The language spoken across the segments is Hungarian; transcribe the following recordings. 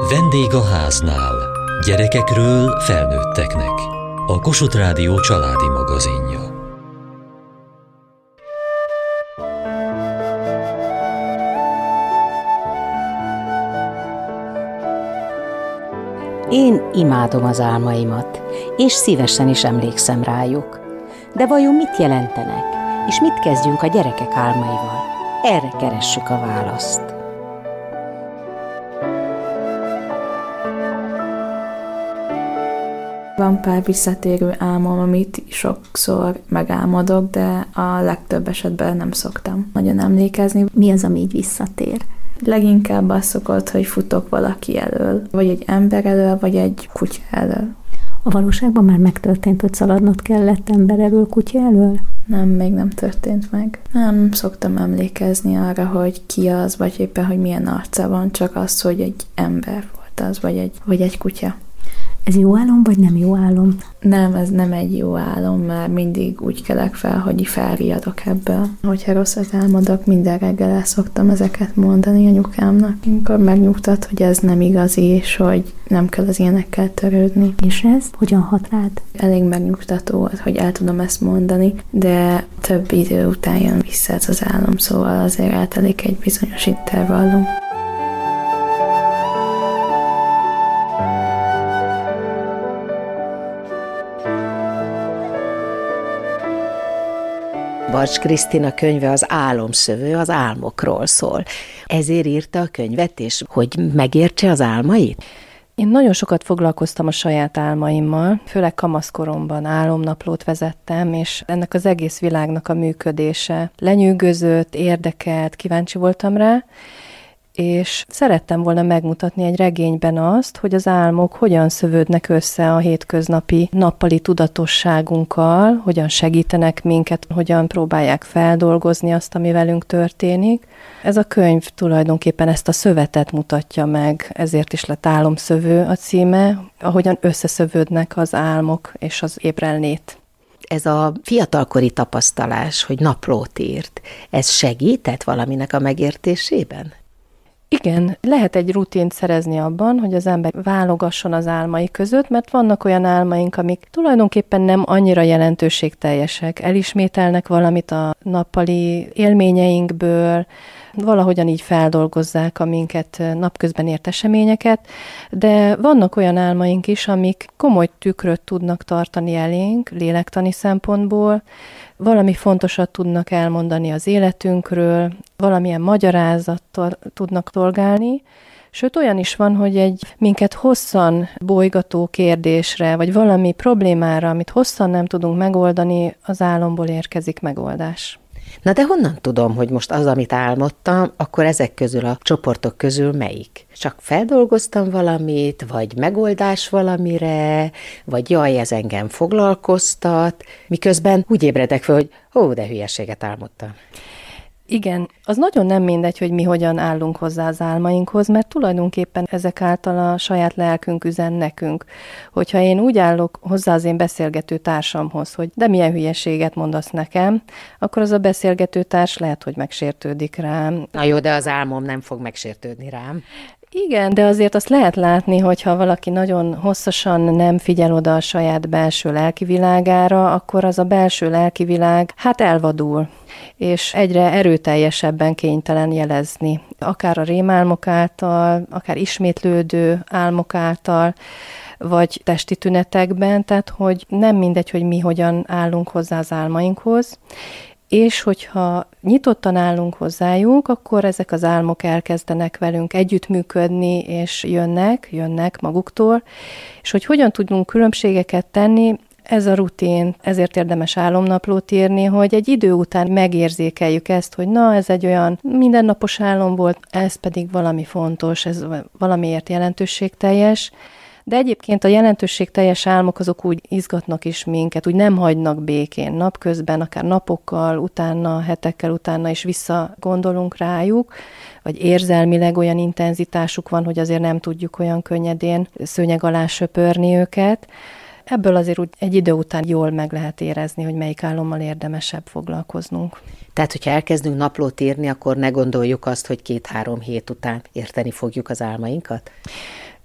Vendég a háznál. Gyerekekről felnőtteknek. A Kossuth Rádió családi magazinja. Én imádom az álmaimat, és szívesen is emlékszem rájuk. De vajon mit jelentenek, és mit kezdjünk a gyerekek álmaival? Erre keressük a választ. Van pár visszatérő álmom, amit sokszor megálmodok, de a legtöbb esetben nem szoktam nagyon emlékezni. Mi az, ami így visszatér? Leginkább az szokott, hogy futok valaki elől, vagy egy ember elől, vagy egy kutya elől. A valóságban már megtörtént, hogy szaladnod kellett ember elől, kutya elől? Nem, még nem történt meg. Nem szoktam emlékezni arra, hogy ki az, vagy éppen, hogy milyen arca van, csak az, hogy egy ember volt az, vagy egy kutya. Ez jó álom, vagy nem jó álom? Nem, ez nem egy jó álom, mert mindig úgy kelek fel, hogy felriadok ebből. Hogyha rosszat álmodok, minden reggel el szoktam ezeket mondani anyukámnak. Amikor megnyugtat, hogy ez nem igazi, és hogy nem kell az ilyenekkel törődni. És ez hogyan hat rád? Elég megnyugtató, hogy el tudom ezt mondani, de több idő után jön vissza ez az álom, szóval azért eltelik egy bizonyos intervallum. Barcs Krisztina könyve az Álomszövő, az álmokról szól. Ezért írta a könyvet, és hogy megértse az álmait? Én nagyon sokat foglalkoztam a saját álmaimmal, főleg kamaszkoromban álomnaplót vezettem, és ennek az egész világnak a működése lenyűgözött, érdekelt, kíváncsi voltam rá, és szerettem volna megmutatni egy regényben azt, hogy az álmok hogyan szövődnek össze a hétköznapi nappali tudatosságunkkal, hogyan segítenek minket, hogyan próbálják feldolgozni azt, ami velünk történik. Ez a könyv tulajdonképpen ezt a szövetet mutatja meg, ezért is lett Álomszövő a címe, ahogyan összeszövődnek az álmok és az ébrenlét. Ez a fiatalkori tapasztalás, hogy naplót írt, ez segített valaminek a megértésében? Igen, lehet egy rutint szerezni abban, hogy az ember válogasson az álmai között, mert vannak olyan álmaink, amik tulajdonképpen nem annyira jelentőségteljesek, elismételnek valamit a nappali élményeinkből, valahogyan így feldolgozzák a minket napközben ért eseményeket, de vannak olyan álmaink is, amik komoly tükröt tudnak tartani elénk lélektani szempontból, valami fontosat tudnak elmondani az életünkről, valamilyen magyarázattal tudnak szolgálni, sőt olyan is van, hogy egy minket hosszan bolygató kérdésre, vagy valami problémára, amit hosszan nem tudunk megoldani, az álomból érkezik megoldás. Na de honnan tudom, hogy most az, amit álmodtam, akkor ezek közül a csoportok közül melyik? Csak feldolgoztam valamit, vagy megoldás valamire, vagy jaj, ez engem foglalkoztat, miközben úgy ébredek fel, hogy de hülyeséget álmodtam. Igen, az nagyon nem mindegy, hogy mi hogyan állunk hozzá az álmainkhoz, mert tulajdonképpen ezek által a saját lelkünk üzen nekünk. Hogyha én úgy állok hozzá az én beszélgető társamhoz, hogy de milyen hülyeséget mondasz nekem, akkor az a beszélgető társ lehet, hogy megsértődik rám. Na jó, de az álmom nem fog megsértődni rám. Igen, de azért azt lehet látni, hogyha valaki nagyon hosszasan nem figyel oda a saját belső lelkivilágára, akkor az a belső lelkivilág elvadul, és egyre erőteljesebben kénytelen jelezni. Akár a rémálmok által, akár ismétlődő álmok által, vagy testi tünetekben, tehát hogy nem mindegy, hogy mi hogyan állunk hozzá az álmainkhoz, és hogyha nyitottan állunk hozzájuk, akkor ezek az álmok elkezdenek velünk együttműködni, és jönnek maguktól, és hogy hogyan tudunk különbségeket tenni, ez a rutin, ezért érdemes álomnaplót írni, hogy egy idő után megérzékeljük ezt, hogy na, ez egy olyan mindennapos álom volt, ez pedig valami fontos, ez valamiért jelentőségteljes, de egyébként a jelentőségteljes álmok azok úgy izgatnak is minket, úgy nem hagynak békén napközben, akár napokkal, utána, hetekkel utána is visszagondolunk rájuk, vagy érzelmileg olyan intenzitásuk van, hogy azért nem tudjuk olyan könnyedén szőnyeg alá söpörni őket. Ebből azért úgy egy idő után jól meg lehet érezni, hogy melyik álommal érdemesebb foglalkoznunk. Tehát, hogyha elkezdünk naplót írni, akkor ne gondoljuk azt, hogy 2-3 hét után érteni fogjuk az álmainkat?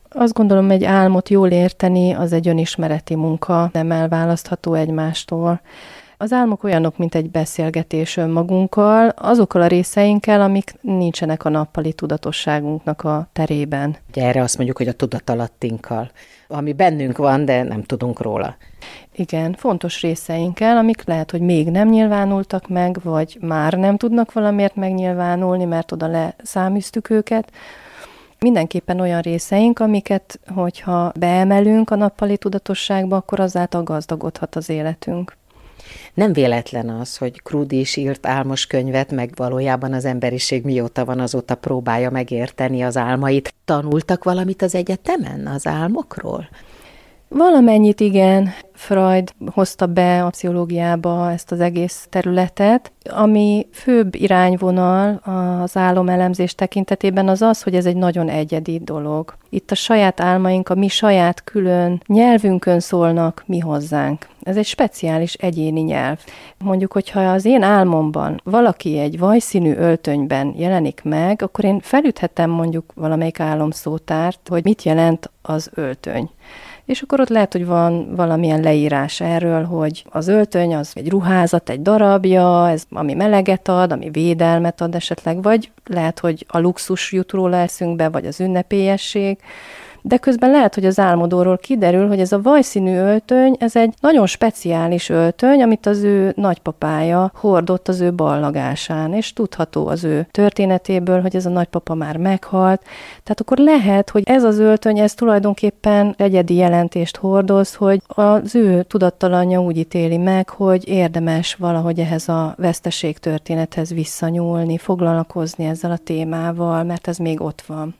Azt gondolom, egy álmot jól érteni, az egy önismereti munka, nem elválasztható egymástól. Az álmok olyanok, mint egy beszélgetés önmagunkkal, azokkal a részeinkkel, amik nincsenek a nappali tudatosságunknak a terében. Ugye erre azt mondjuk, hogy a tudatalattinkkal, ami bennünk van, de nem tudunk róla. Igen, fontos részeinkkel, amik lehet, hogy még nem nyilvánultak meg, vagy már nem tudnak valamiért megnyilvánulni, mert oda leszáműztük őket. Mindenképpen olyan részeink, amiket, hogyha beemelünk a nappali tudatosságba, akkor azáltal gazdagodhat az életünk. Nem véletlen az, hogy Krúdy is írt álmos könyvet, meg valójában az emberiség mióta van, azóta próbálja megérteni az álmait. Tanultak valamit az egyetemen az álmokról? Valamennyit igen, Freud hozta be a pszichológiába ezt az egész területet. Ami főbb irányvonal az álomelemzés tekintetében az az, hogy ez egy nagyon egyedi dolog. Itt a saját álmaink, a mi saját külön nyelvünkön szólnak mi hozzánk. Ez egy speciális egyéni nyelv. Mondjuk, hogyha az én álmomban valaki egy vajszínű öltönyben jelenik meg, akkor én felüthetem mondjuk valamelyik álomszótárt, hogy mit jelent az öltöny. És akkor ott lehet, hogy van valamilyen leírás erről, hogy az öltöny az egy ruházat, egy darabja, ez ami meleget ad, ami védelmet ad esetleg, vagy lehet, hogy a luxus jut róla eszünkbe, vagy az ünnepélyesség. De közben lehet, hogy az álmodóról kiderül, hogy ez a vajszínű öltöny, ez egy nagyon speciális öltöny, amit az ő nagypapája hordott az ő ballagásán, és tudható az ő történetéből, hogy ez a nagypapa már meghalt. Tehát akkor lehet, hogy ez az öltöny, ez tulajdonképpen egyedi jelentést hordoz, hogy az ő tudattalanja úgy ítéli meg, hogy érdemes valahogy ehhez a veszteség történethez visszanyúlni, foglalkozni ezzel a témával, mert ez még ott van.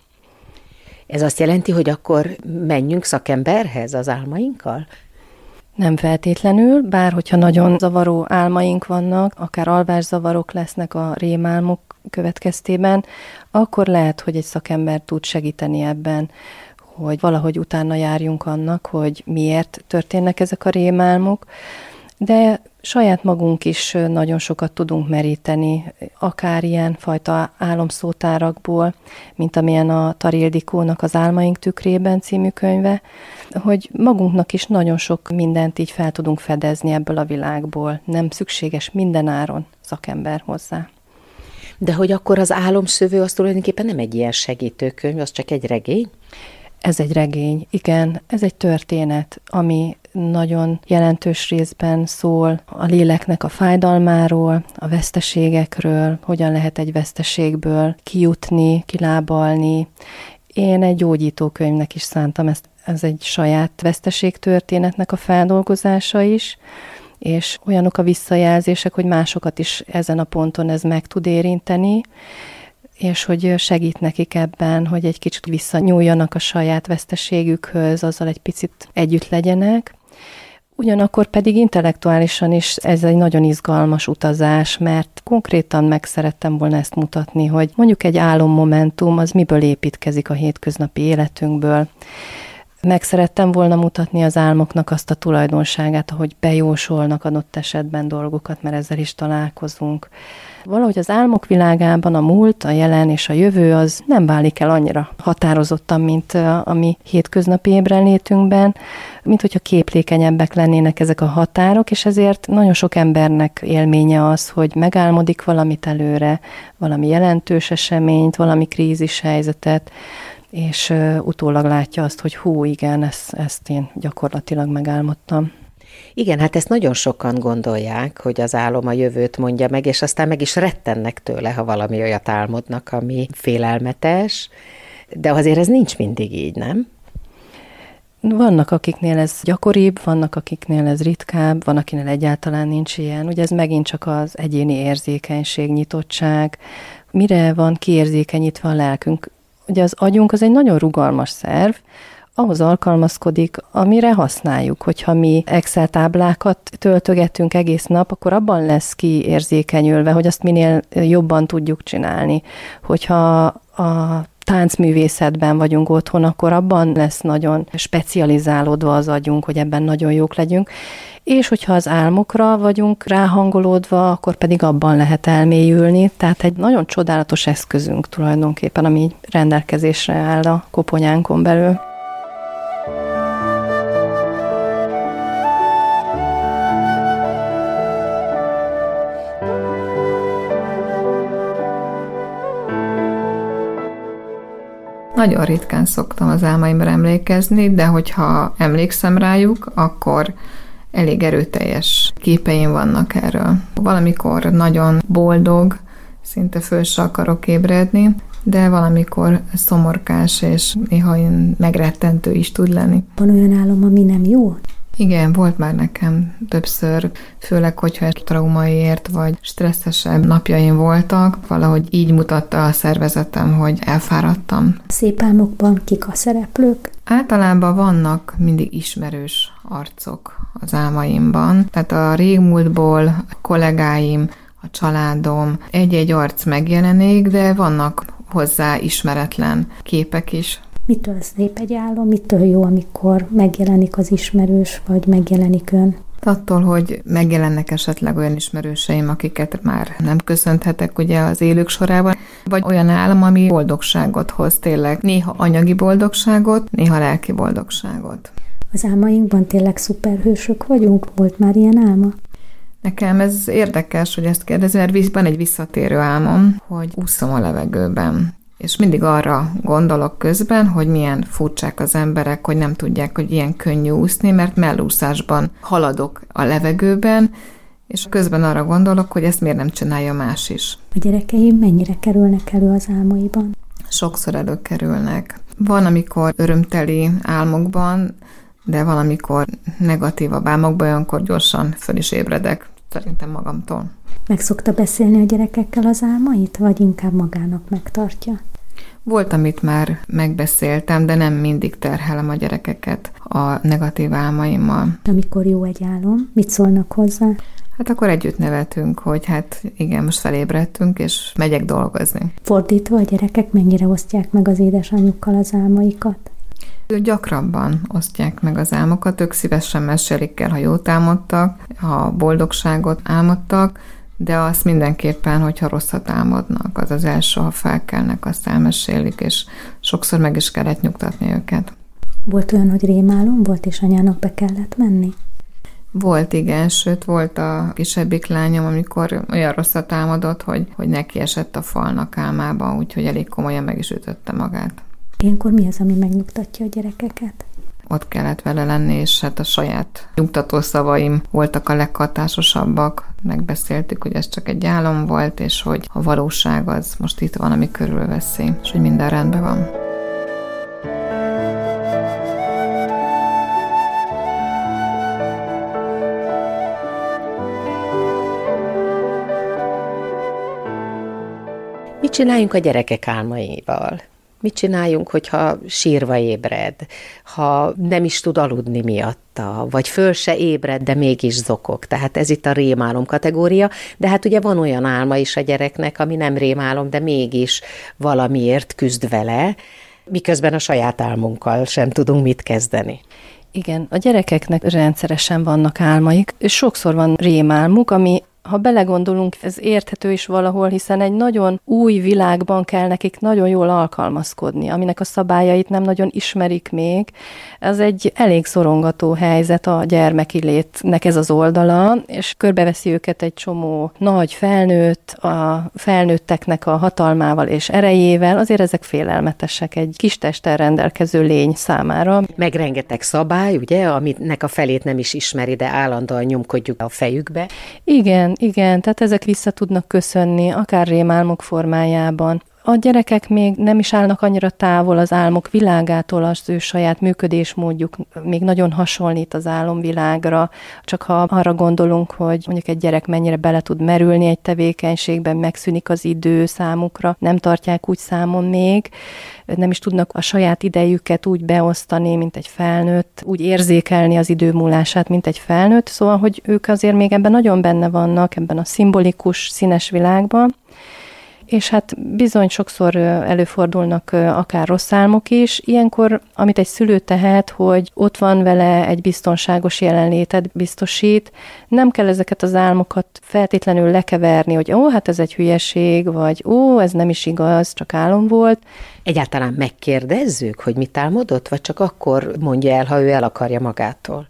Ez azt jelenti, hogy akkor menjünk szakemberhez az álmainkkal? Nem feltétlenül, bár hogyha nagyon zavaró álmaink vannak, akár alvászavarok lesznek a rémálmok következtében, akkor lehet, hogy egy szakember tud segíteni ebben, hogy valahogy utána járjunk annak, hogy miért történnek ezek a rémálmok, de saját magunk is nagyon sokat tudunk meríteni, akár ilyen fajta álomszótárakból, mint amilyen a Tari Ildikónak az Álmaink tükrében című könyve, hogy magunknak is nagyon sok mindent így fel tudunk fedezni ebből a világból. Nem szükséges mindenáron szakember hozzá. De hogy akkor az álomszövő az tulajdonképpen nem egy ilyen segítőkönyv, az csak egy regény? Ez egy regény, igen, ez egy történet, ami nagyon jelentős részben szól a léleknek a fájdalmáról, a veszteségekről, hogyan lehet egy veszteségből kijutni, kilábalni. Én egy gyógyítókönyvnek is szántam ezt, ez egy saját veszteségtörténetnek a feldolgozása is, és olyanok a visszajelzések, hogy másokat is ezen a ponton ez meg tud érinteni, és hogy segít nekik ebben, hogy egy kicsit visszanyúljanak a saját veszteségükhöz, azzal egy picit együtt legyenek. Ugyanakkor pedig intellektuálisan is ez egy nagyon izgalmas utazás, mert konkrétan meg szerettem volna ezt mutatni, hogy mondjuk egy álommomentum az miből építkezik a hétköznapi életünkből. Meg szerettem volna mutatni az álmoknak azt a tulajdonságát, ahogy bejósolnak adott esetben dolgokat, mert ezzel is találkozunk. Valahogy az álmok világában a múlt, a jelen és a jövő az nem válik el annyira határozottan, mint a mi hétköznapi ébrenlétünkben, mint hogyha képlékenyebbek lennének ezek a határok, és ezért nagyon sok embernek élménye az, hogy megálmodik valamit előre, valami jelentős eseményt, valami krízis helyzetet, és utólag látja azt, hogy hú, igen, ezt én gyakorlatilag megálmodtam. Igen, hát ezt nagyon sokan gondolják, hogy az álom a jövőt mondja meg, és aztán meg is rettennek tőle, ha valami olyat álmodnak, ami félelmetes, de azért ez nincs mindig így, nem? Vannak, akiknél ez gyakoribb, vannak, akiknél ez ritkább, van, akinél egyáltalán nincs ilyen. Ugye ez megint csak az egyéni érzékenység, nyitottság. Mire van kiérzékenyítve a lelkünk? Ugye az agyunk az egy nagyon rugalmas szerv, ahhoz alkalmazkodik, amire használjuk. Hogyha mi Excel táblákat töltögetünk egész nap, akkor abban lesz kiérzékenyülve, hogy azt minél jobban tudjuk csinálni. Hogyha a táncművészetben vagyunk otthon, akkor abban lesz nagyon specializálódva az agyunk, hogy ebben nagyon jók legyünk. És hogyha az álmokra vagyunk ráhangolódva, akkor pedig abban lehet elmélyülni. Tehát egy nagyon csodálatos eszközünk tulajdonképpen, ami rendelkezésre áll a koponyánkon belül. Nagyon ritkán szoktam az álmaimra emlékezni, de hogyha emlékszem rájuk, akkor elég erőteljes képeim vannak erről. Valamikor nagyon boldog, szinte föl se akarok ébredni, de valamikor szomorkás és néha megrettentő is tud lenni. Van olyan álom, ami nem jó? Igen, volt már nekem többször, főleg, hogyha egy traumaiért vagy stresszesebb napjaim voltak, valahogy így mutatta a szervezetem, hogy elfáradtam. Szép álmokban kik a szereplők? Általában vannak mindig ismerős arcok az álmaimban, tehát a régmúltból a kollégáim, a családom, egy-egy arc megjelenik, de vannak hozzá ismeretlen képek is. Mitől szép egy álom, mitől jó, amikor megjelenik az ismerős, vagy megjelenik ön? Attól, hogy megjelennek esetleg olyan ismerőseim, akiket már nem köszönhetek ugye az élők sorában, vagy olyan álom, ami boldogságot hoz tényleg. Néha anyagi boldogságot, néha lelki boldogságot. Az álmainkban tényleg szuperhősök vagyunk? Volt már ilyen álma? Nekem ez érdekes, hogy ezt kérdezi, mert van egy visszatérő álmom, hogy úszom a levegőben. És mindig arra gondolok közben, hogy milyen furcsák az emberek, hogy nem tudják, hogy ilyen könnyű úszni, mert mellúszásban haladok a levegőben, és közben arra gondolok, hogy ezt miért nem csinálja más is. A gyerekeim mennyire kerülnek elő az álmaiban? Sokszor előkerülnek. Van, amikor örömteli álmokban, de van, amikor negatívabb álmokban, olyankor gyorsan föl is ébredek, szerintem magamtól. Meg szokta beszélni a gyerekekkel az álmait, vagy inkább magának megtartja? Volt, amit már megbeszéltem, de nem mindig terhelem a gyerekeket a negatív álmaimmal. Amikor jó egy álom, mit szólnak hozzá? Hát akkor együtt nevetünk, hogy hát igen, most felébredtünk, és megyek dolgozni. Fordítva a gyerekek mennyire osztják meg az édesanyjukkal az álmaikat? Gyakrabban osztják meg az álmokat, ők szívesen mesélik el, ha jót álmodtak, ha boldogságot álmodtak, de azt mindenképpen, hogyha rosszat álmodnak, az az első, ha felkelnek, azt elmesélik, és sokszor meg is kellett nyugtatni őket. Volt olyan, hogy rémálom volt, és anyának be kellett menni? Volt, igen, sőt, volt a kisebbik lányom, amikor olyan rosszat álmodott, hogy neki esett a falnak álmában, úgyhogy elég komolyan meg is ütötte magát. Ilyenkor mi az, ami megnyugtatja a gyerekeket? Ott kellett vele lenni, és hát a saját nyugtató szavaim voltak a leghatásosabbak. Megbeszéltük, hogy ez csak egy álom volt, és hogy a valóság az most itt van, ami körülveszi, és hogy minden rendben van. Mit csináljunk a gyerekek álmaival? Mit csináljunk, hogyha sírva ébred, ha nem is tud aludni miatta, vagy föl se ébred, de mégis zokog. Tehát ez itt a rémálom kategória, de hát ugye van olyan álma is a gyereknek, ami nem rémálom, de mégis valamiért küzd vele, miközben a saját álmunkkal sem tudunk mit kezdeni. Igen, a gyerekeknek rendszeresen vannak álmaik, és sokszor van rémálmuk, ami ha belegondolunk, ez érthető is valahol, hiszen egy nagyon új világban kell nekik nagyon jól alkalmazkodni, aminek a szabályait nem nagyon ismerik még. Ez egy elég szorongató helyzet a gyermeki létnek ez az oldala, és körbeveszi őket egy csomó nagy felnőtt, a felnőtteknek a hatalmával és erejével, azért ezek félelmetesek egy kis testtel rendelkező lény számára. Meg rengeteg szabály, ugye, aminek a felét nem is ismeri, de állandóan nyomkodjuk a fejükbe. Igen, tehát ezek vissza tudnak köszönni, akár rémálmok formájában. A gyerekek még nem is állnak annyira távol az álmok világától, az ő saját működésmódjuk még nagyon hasonlít az álomvilágra, csak ha arra gondolunk, hogy mondjuk egy gyerek mennyire bele tud merülni egy tevékenységben, megszűnik az idő számukra, nem tartják úgy számon még, nem is tudnak a saját idejüket úgy beosztani, mint egy felnőtt, úgy érzékelni az idő múlását, mint egy felnőtt, szóval, hogy ők azért még ebben nagyon benne vannak, ebben a szimbolikus, színes világban, és hát bizony sokszor előfordulnak akár rossz álmok is. Ilyenkor, amit egy szülő tehet, hogy ott van vele, egy biztonságos jelenlétet biztosít, nem kell ezeket az álmokat feltétlenül lekeverni, hogy hát ez egy hülyeség, vagy ez nem is igaz, csak álom volt. Egyáltalán megkérdezzük, hogy mit álmodott, vagy csak akkor mondja el, ha ő el akarja magától?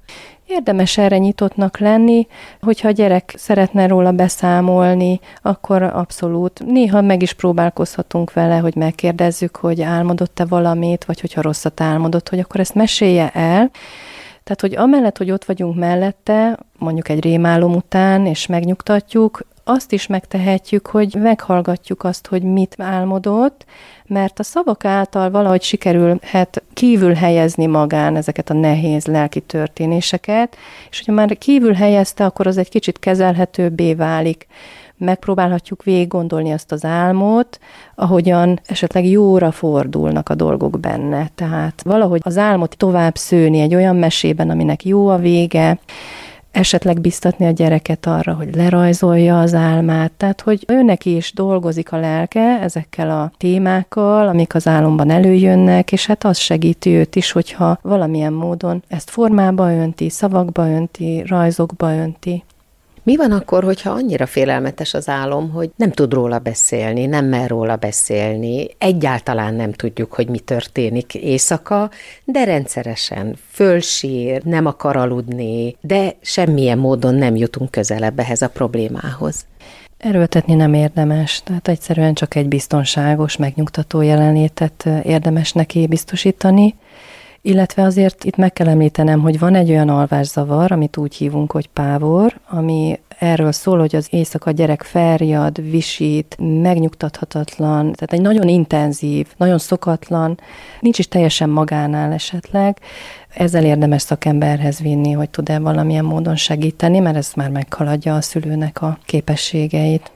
Érdemes erre nyitottnak lenni, hogyha a gyerek szeretne róla beszámolni, akkor abszolút. Néha meg is próbálkozhatunk vele, hogy megkérdezzük, hogy álmodott-e valamit, vagy hogyha rosszat álmodott, hogy akkor ezt mesélje el. Tehát, hogy amellett, hogy ott vagyunk mellette, mondjuk egy rémálom után, és megnyugtatjuk, azt is megtehetjük, hogy meghallgatjuk azt, hogy mit álmodott, mert a szavak által valahogy sikerülhet kívül helyezni magán ezeket a nehéz lelki történéseket, és hogyha már kívül helyezte, akkor az egy kicsit kezelhetőbbé válik. Megpróbálhatjuk végig gondolni azt az álmot, ahogyan esetleg jóra fordulnak a dolgok benne. Tehát valahogy az álmot tovább szőni egy olyan mesében, aminek jó a vége, esetleg biztatni a gyereket arra, hogy lerajzolja az álmát, tehát hogy ő neki is dolgozik a lelke ezekkel a témákkal, amik az álomban előjönnek, és hát az segíti őt is, hogyha valamilyen módon ezt formába önti, szavakba önti, rajzokba önti. Mi van akkor, hogyha annyira félelmetes az álom, hogy nem tud róla beszélni, nem mer róla beszélni, egyáltalán nem tudjuk, hogy mi történik éjszaka, de rendszeresen fölsír, nem akar aludni, de semmilyen módon nem jutunk közelebb ehhez a problémához. Erőltetni nem érdemes, tehát egyszerűen csak egy biztonságos, megnyugtató jelenlétet érdemes neki biztosítani, illetve azért itt meg kell említenem, hogy van egy olyan alvászavar, amit úgy hívunk, hogy pávor, ami erről szól, hogy az éjszaka gyerek felriad, visít, megnyugtathatatlan, tehát egy nagyon intenzív, nagyon szokatlan, nincs is teljesen magánál esetleg. Ezzel érdemes szakemberhez vinni, hogy tud-e valamilyen módon segíteni, mert ez már meghaladja a szülőnek a képességeit.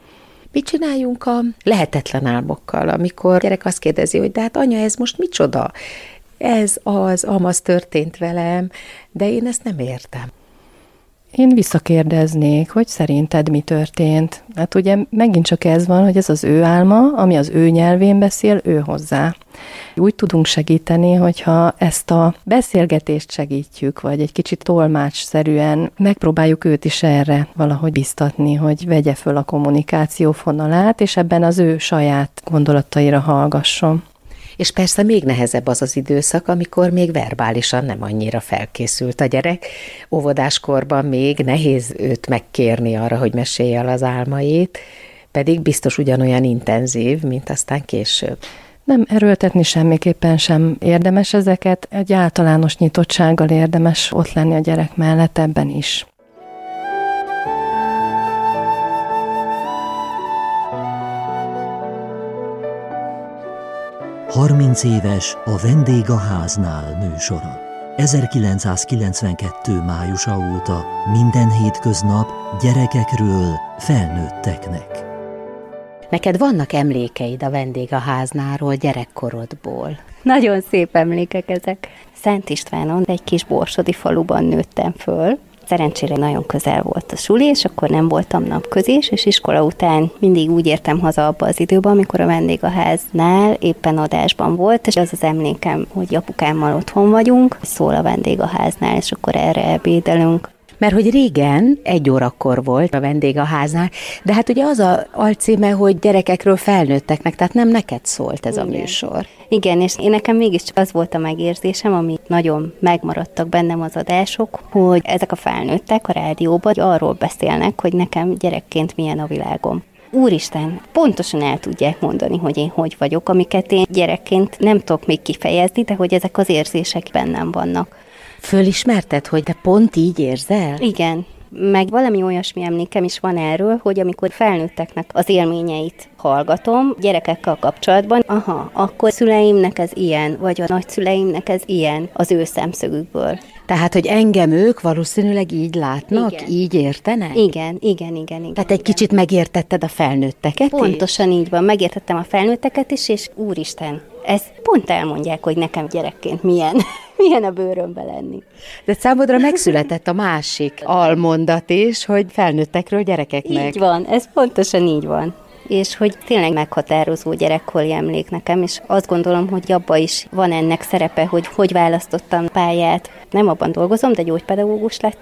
Mit csináljunk a lehetetlen álmokkal, amikor a gyerek azt kérdezi, hogy de hát anya, ez most micsoda? Ez az, amaz történt velem, de én ezt nem értem. Én visszakérdeznék, hogy szerinted mi történt. Hát ugye megint csak ez van, hogy ez az ő álma, ami az ő nyelvén beszél, ő hozzá. Úgy tudunk segíteni, hogyha ezt a beszélgetést segítjük, vagy egy kicsit tolmácsszerűen megpróbáljuk őt is erre valahogy biztatni, hogy vegye föl a kommunikáció fonalát, és ebben az ő saját gondolataira hallgasson. És persze még nehezebb az az időszak, amikor még verbálisan nem annyira felkészült a gyerek. Óvodáskorban még nehéz őt megkérni arra, hogy mesélje el az álmait, pedig biztos ugyanolyan intenzív, mint aztán később. Nem erőltetni semmiképpen sem érdemes ezeket, egy általános nyitottsággal érdemes ott lenni a gyerek mellett ebben is. Harminc éves a Vendég a háznál műsora. 1992. májusa óta minden hétköznap gyerekekről felnőtteknek. Neked vannak emlékeid a Vendég a háznáról gyerekkorodból? Nagyon szép emlékek ezek. Szent Istvánon, egy kis borsodi faluban nőttem föl. Szerencsére nagyon közel volt a suli, és akkor nem voltam napközis, és iskola után mindig úgy értem haza abba az időben, amikor a Vendég a háznál éppen adásban volt, és az az emlékem, hogy apukámmal otthon vagyunk, szól a Vendég a háznál, és akkor erre ebédelünk. Mert hogy régen 1 órakor volt a Vendég a háznál, de hát ugye az a alcíme, hogy gyerekekről felnőtteknek, tehát nem neked szólt ez a műsor. Igen, és nekem mégiscsak az volt a megérzésem, ami nagyon megmaradtak bennem az adások, hogy ezek a felnőttek a rádióban arról beszélnek, hogy nekem gyerekként milyen a világom. Úristen, pontosan el tudják mondani, hogy én hogy vagyok, amiket én gyerekként nem tudok még kifejezni, de hogy ezek az érzések bennem vannak. Fölismerted, hogy te pont így érzel? Igen, meg valami olyasmi emlékem is van erről, hogy amikor felnőtteknek az élményeit hallgatom gyerekekkel kapcsolatban, akkor szüleimnek ez ilyen, vagy a nagyszüleimnek ez ilyen az ő szemszögükből. Tehát, hogy engem ők valószínűleg így látnak, igen. Így értenek? Igen. Tehát egy kicsit megértetted a felnőtteket? Pontosan így van, megértettem a felnőtteket is, és úristen, ezt pont elmondják, hogy nekem gyerekként milyen a bőrömbe lenni. De számodra megszületett a másik almondat is, hogy felnőttekről gyerekeknek. Így van, ez pontosan így van. És hogy tényleg meghatározó gyerekkori emlék nekem, és azt gondolom, hogy abban is van ennek szerepe, hogy választottam pályát. Nem abban dolgozom, de gyógypedagógus lettem,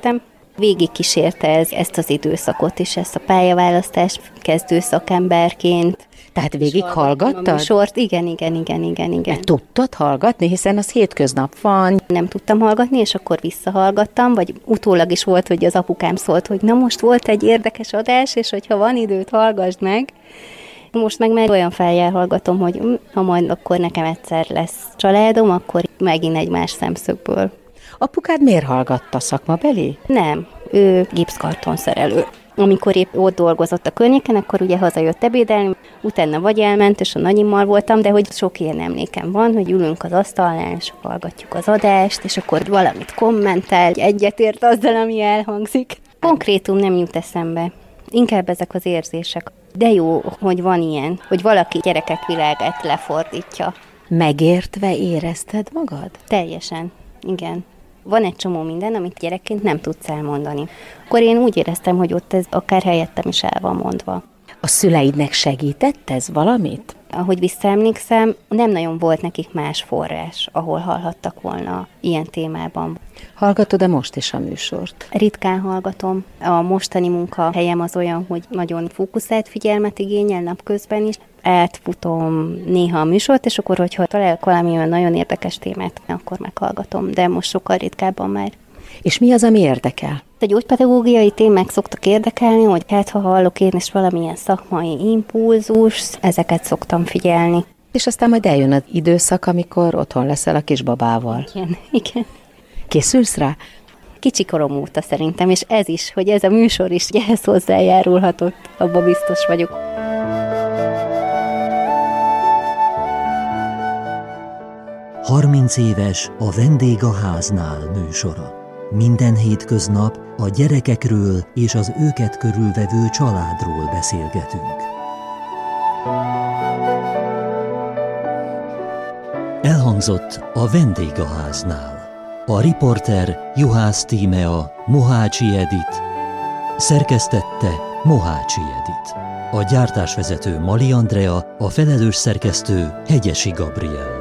Végigkísérte ezt az időszakot és ezt a pályaválasztás kezdő szakemberként. Tehát végig hallgattad? Sort, igen. Mert tudtad hallgatni, hiszen az hétköznap van. Nem tudtam hallgatni, és akkor visszahallgattam, vagy utólag is volt, hogy az apukám szólt, hogy na most volt egy érdekes adás, és hogyha van időt, hallgassd meg. Most meg már olyan fejjel hallgatom, hogy ha majd akkor nekem egyszer lesz családom, akkor megint egy más szemszögből. Apukád miért hallgatta, szakmabeli? Nem, ő gipszkartonszerelő. Amikor épp ott dolgozott a környéken, akkor ugye hazajött ebédelni, utána vagy elment, és a nagyimmal voltam, de hogy sok ilyen emlékem van, hogy ülünk az asztalnál, és hallgatjuk az adást, és akkor valamit kommentál, egyetért azzal, ami elhangzik. Konkrétum nem jut eszembe. Inkább ezek az érzések. De jó, hogy van ilyen, hogy valaki gyerekek világát lefordítja. Megértve érezted magad? Teljesen, igen. Van egy csomó minden, amit gyerekként nem tudsz elmondani. Akkor én úgy éreztem, hogy ott ez akár helyettem is el van mondva. A szüleidnek segített ez valamit? Ahogy visszaemlékszem, nem nagyon volt nekik más forrás, ahol hallhattak volna ilyen témában. Hallgatod-e most is a műsort? Ritkán hallgatom. A mostani munkahelyem az olyan, hogy nagyon fókuszált figyelmet igényel napközben is. Átfutom néha a műsort, és akkor, hogyha találok valami olyan nagyon érdekes témát, akkor meghallgatom, de most sokkal ritkábban már. És mi az, ami érdekel? A gyógypedagógiai témák szoktak érdekelni, hogy hát ha hallok én is valamilyen szakmai impulzus, ezeket szoktam figyelni. És aztán majd eljön az időszak, amikor otthon leszel a kisbabával. Igen. Készülsz rá? Kicsi korom óta szerintem, és ez is, hogy ez a műsor is ehhez hozzájárulhatott, abban biztos vagyok. Harminc éves a Vendég a háznál műsora. Minden hétköznap a gyerekekről és az őket körülvevő családról beszélgetünk. Elhangzott a Vendég a háznál. A riporter Juhász Tímea, Mohácsi Edit, szerkesztette Mohácsi Edit. A gyártásvezető Mali Andrea, a felelős szerkesztő Hegyesi Gabriel.